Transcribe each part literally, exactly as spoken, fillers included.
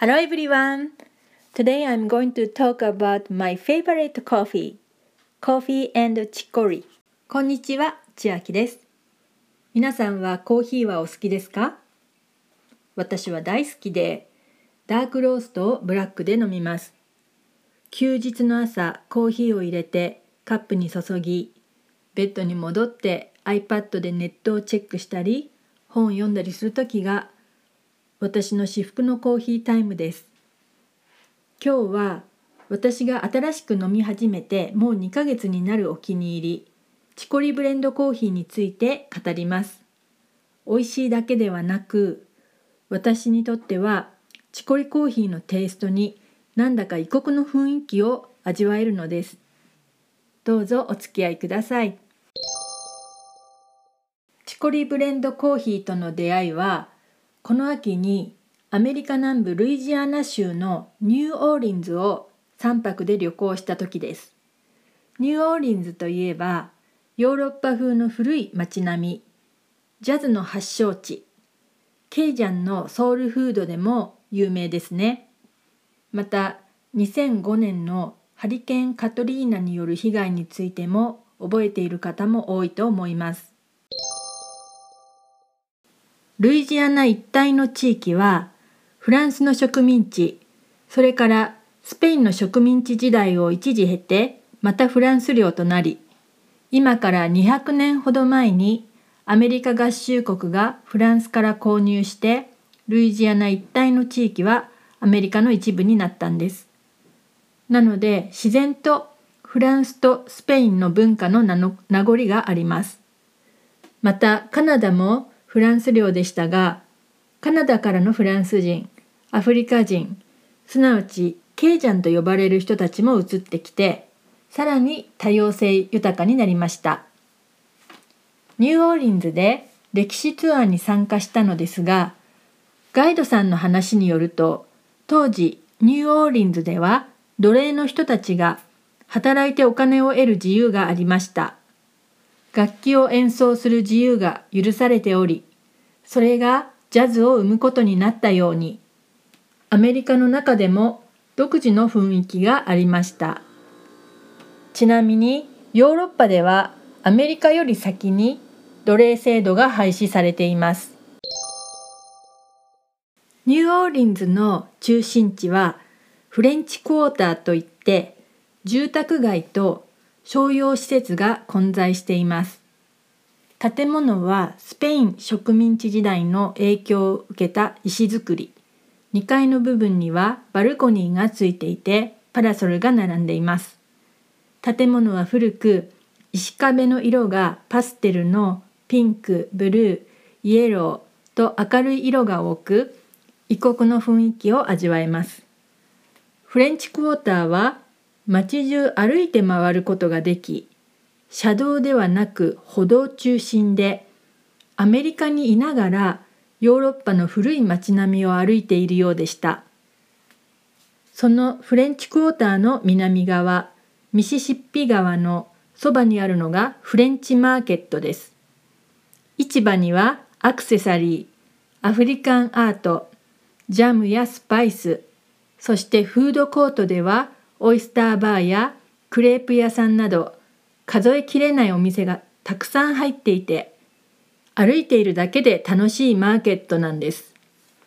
Hello everyone! Today I'm going to talk about my favorite coffee, Coffee and Chicory. こんにちは、千秋です。皆さんはコーヒーはお好きですか？私は大好きで、ダークローストをブラックで飲みます。休日の朝、コーヒーを入れてカップに注ぎ、ベッドに戻って iPad でネットをチェックしたり、本を読んだりするときが私の至福のコーヒータイムです。今日は私が新しく飲み始めてもうにかげつになるお気に入り、チコリブレンドコーヒーについて語ります。美味しいだけではなく、私にとってはチコリコーヒーのテイストになんだか異国の雰囲気を味わえるのです。どうぞお付き合いください。チコリブレンドコーヒーとの出会いは、この秋にアメリカ南部ルイジアナ州のニューオーリンズをさんぱくで旅行した時です。ニューオーリンズといえば、ヨーロッパ風の古い街並み、ジャズの発祥地、ケイジャンのソウルフードでも有名ですね。また、にせんごねんのハリケーンカトリーナによる被害についても覚えている方も多いと思います。ルイジアナ一帯の地域はフランスの植民地、それからスペインの植民地時代を一時経てまたフランス領となり、今からにひゃくねんほど前にアメリカ合衆国がフランスから購入してルイジアナ一帯の地域はアメリカの一部になったんです。なので自然とフランスとスペインの文化の名の名残があります。またカナダもフランス領でしたが、カナダからのフランス人、アフリカ人、すなわちケイジャンと呼ばれる人たちも移ってきて、さらに多様性豊かになりました。ニューオーリンズで歴史ツアーに参加したのですが、ガイドさんの話によると、当時ニューオーリンズでは奴隷の人たちが働いてお金を得る自由がありました。楽器を演奏する自由が許されており、それがジャズを生むことになったように、アメリカの中でも独自の雰囲気がありました。ちなみにヨーロッパではアメリカより先に奴隷制度が廃止されています。ニューオーリンズの中心地はフレンチクォーターといって、住宅街と商用施設が混在しています。建物はスペイン植民地時代の影響を受けた石造り。にかいの部分にはバルコニーがついていて、パラソルが並んでいます。建物は古く、石壁の色がパステルのピンク、ブルー、イエローと明るい色が多く、異国の雰囲気を味わえます。フレンチクォーターは街中歩いて回ることができ、車道ではなく歩道中心で、アメリカにいながらヨーロッパの古い街並みを歩いているようでした。そのフレンチクォーターの南側、ミシシッピ川のそばにあるのがフレンチマーケットです。市場にはアクセサリー、アフリカンアート、ジャムやスパイス、そしてフードコートではオイスターバーやクレープ屋さんなど数えきれないお店がたくさん入っていて、歩いているだけで楽しいマーケットなんです。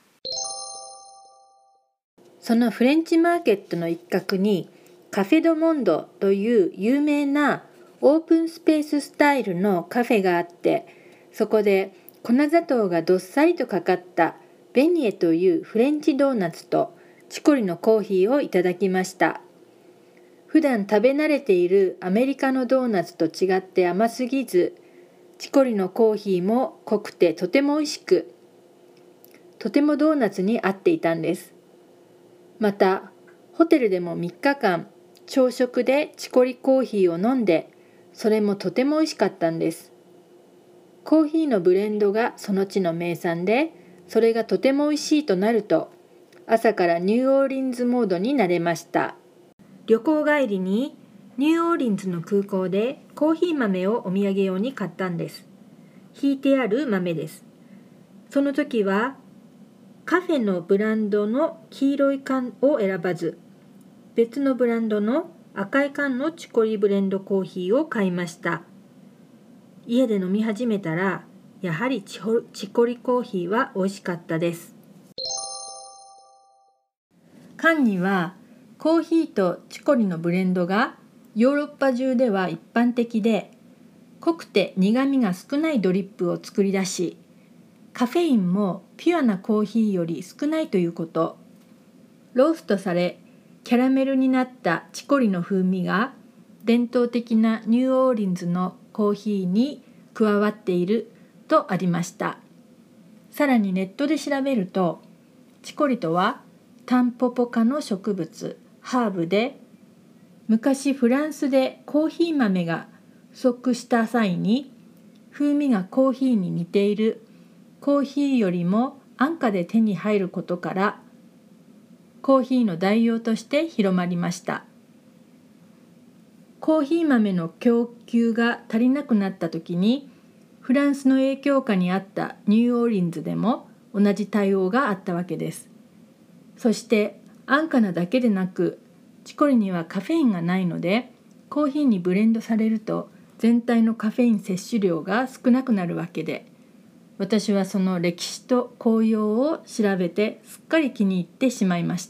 そのフレンチマーケットの一角にカフェドモンドという有名なオープンスペーススタイルのカフェがあって、そこで粉砂糖がどっさりとかかったベニエというフレンチドーナツとチコリのコーヒーをいただきました。普段食べ慣れているアメリカのドーナツと違って甘すぎず、チコリのコーヒーも濃くてとても美味しく、とてもドーナツに合っていたんです。また、ホテルでもみっかかん朝食でチコリコーヒーを飲んで、それもとても美味しかったんです。コーヒーのブレンドがその地の名産で、それがとても美味しいとなると、朝からニューオーリンズモードになれました。旅行帰りにニューオーリンズの空港でコーヒー豆をお土産用に買ったんです。ひいてある豆です。その時はカフェのブランドの黄色い缶を選ばず、別のブランドの赤い缶のチコリブレンドコーヒーを買いました。家で飲み始めたら、やはりチコリコーヒーは美味しかったです。缶にはコーヒーとチコリのブレンドがヨーロッパ中では一般的で、濃くて苦みが少ないドリップを作り出し、カフェインもピュアなコーヒーより少ないということ、ローストされキャラメルになったチコリの風味が伝統的なニューオーリンズのコーヒーに加わっているとありました。さらにネットで調べると、チコリとはタンポポ科の植物、ハーブで、昔フランスでコーヒー豆が不足した際に風味がコーヒーに似ているコーヒーよりも安価で手に入ることからコーヒーの代用として広まりました。コーヒー豆の供給が足りなくなった時にフランスの影響下にあったニューオーリンズでも同じ対応があったわけです。そして安価なだけでなくチコリにはカフェインがないのでコーヒーにブレンドされると全体のカフェイン摂取量が少なくなるわけで、私はその歴史と効用を調べてすっかり気に入ってしまいました。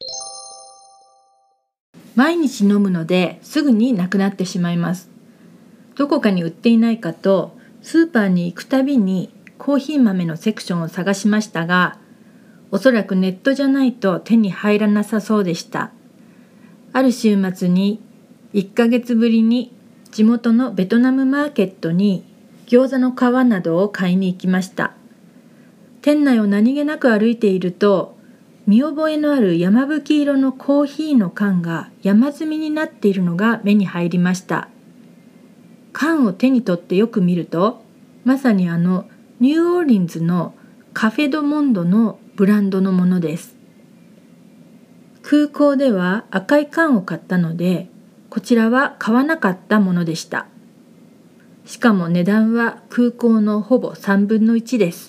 毎日飲むのですぐになくなってしまいます。どこかに売っていないかとスーパーに行くたびにコーヒー豆のセクションを探しましたが、おそらくネットじゃないと手に入らなさそうでした。ある週末にいっかげつぶりに地元のベトナムマーケットに餃子の皮などを買いに行きました。店内を何気なく歩いていると、見覚えのある山吹色のコーヒーの缶が山積みになっているのが目に入りました。缶を手に取ってよく見ると、まさにあのニューオーリンズのカフェドモンドのブランドのものです。空港では赤い缶を買ったので、こちらは買わなかったものでした。しかも値段は空港のほぼさんぶんのいちです。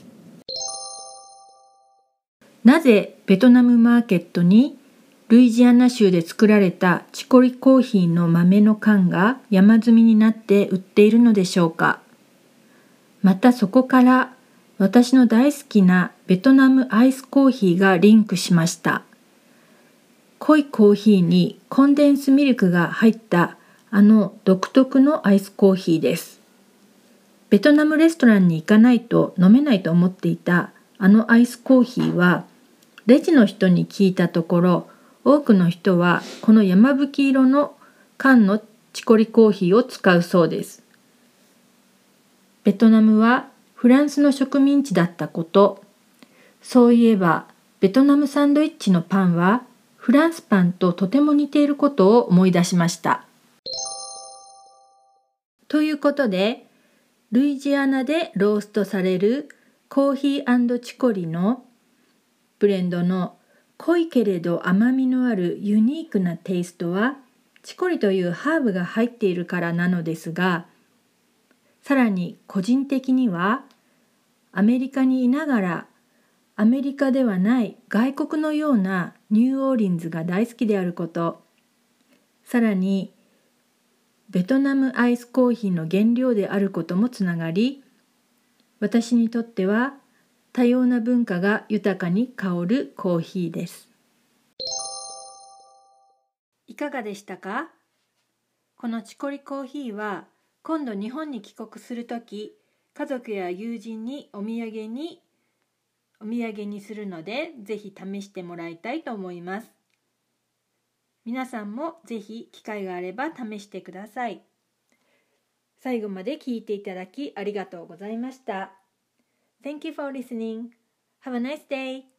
なぜベトナムマーケットにルイジアナ州で作られたチコリコーヒーの豆の缶が山積みになって売っているのでしょうか。またそこから私の大好きなベトナムアイスコーヒーがリンクしました。濃いコーヒーにコンデンスミルクが入ったあの独特のアイスコーヒーです。ベトナムレストランに行かないと飲めないと思っていたあのアイスコーヒーは、レジの人に聞いたところ、多くの人はこの山吹色の缶のチコリコーヒーを使うそうです。ベトナムはフランスの植民地だったこと、そういえばベトナムサンドイッチのパンはフランスパンととても似ていることを思い出しました。ということで、ルイジアナでローストされるコーヒー&チコリのブレンドの濃いけれど甘みのあるユニークなテイストはチコリというハーブが入っているからなのですが、さらに個人的にはアメリカにいながらアメリカではない外国のようなニューオーリンズが大好きであること、さらにベトナムアイスコーヒーの原料であることもつながり、私にとっては多様な文化が豊かに香るコーヒーです。いかがでしたか？このチコリコーヒーは今度日本に帰国するとき、家族や友人にお土産にお土産にするので、ぜひ試してもらいたいと思います。皆さんもぜひ機会があれば試してください。最後まで聞いていただきありがとうございました。Thank you for listening. Have a nice day.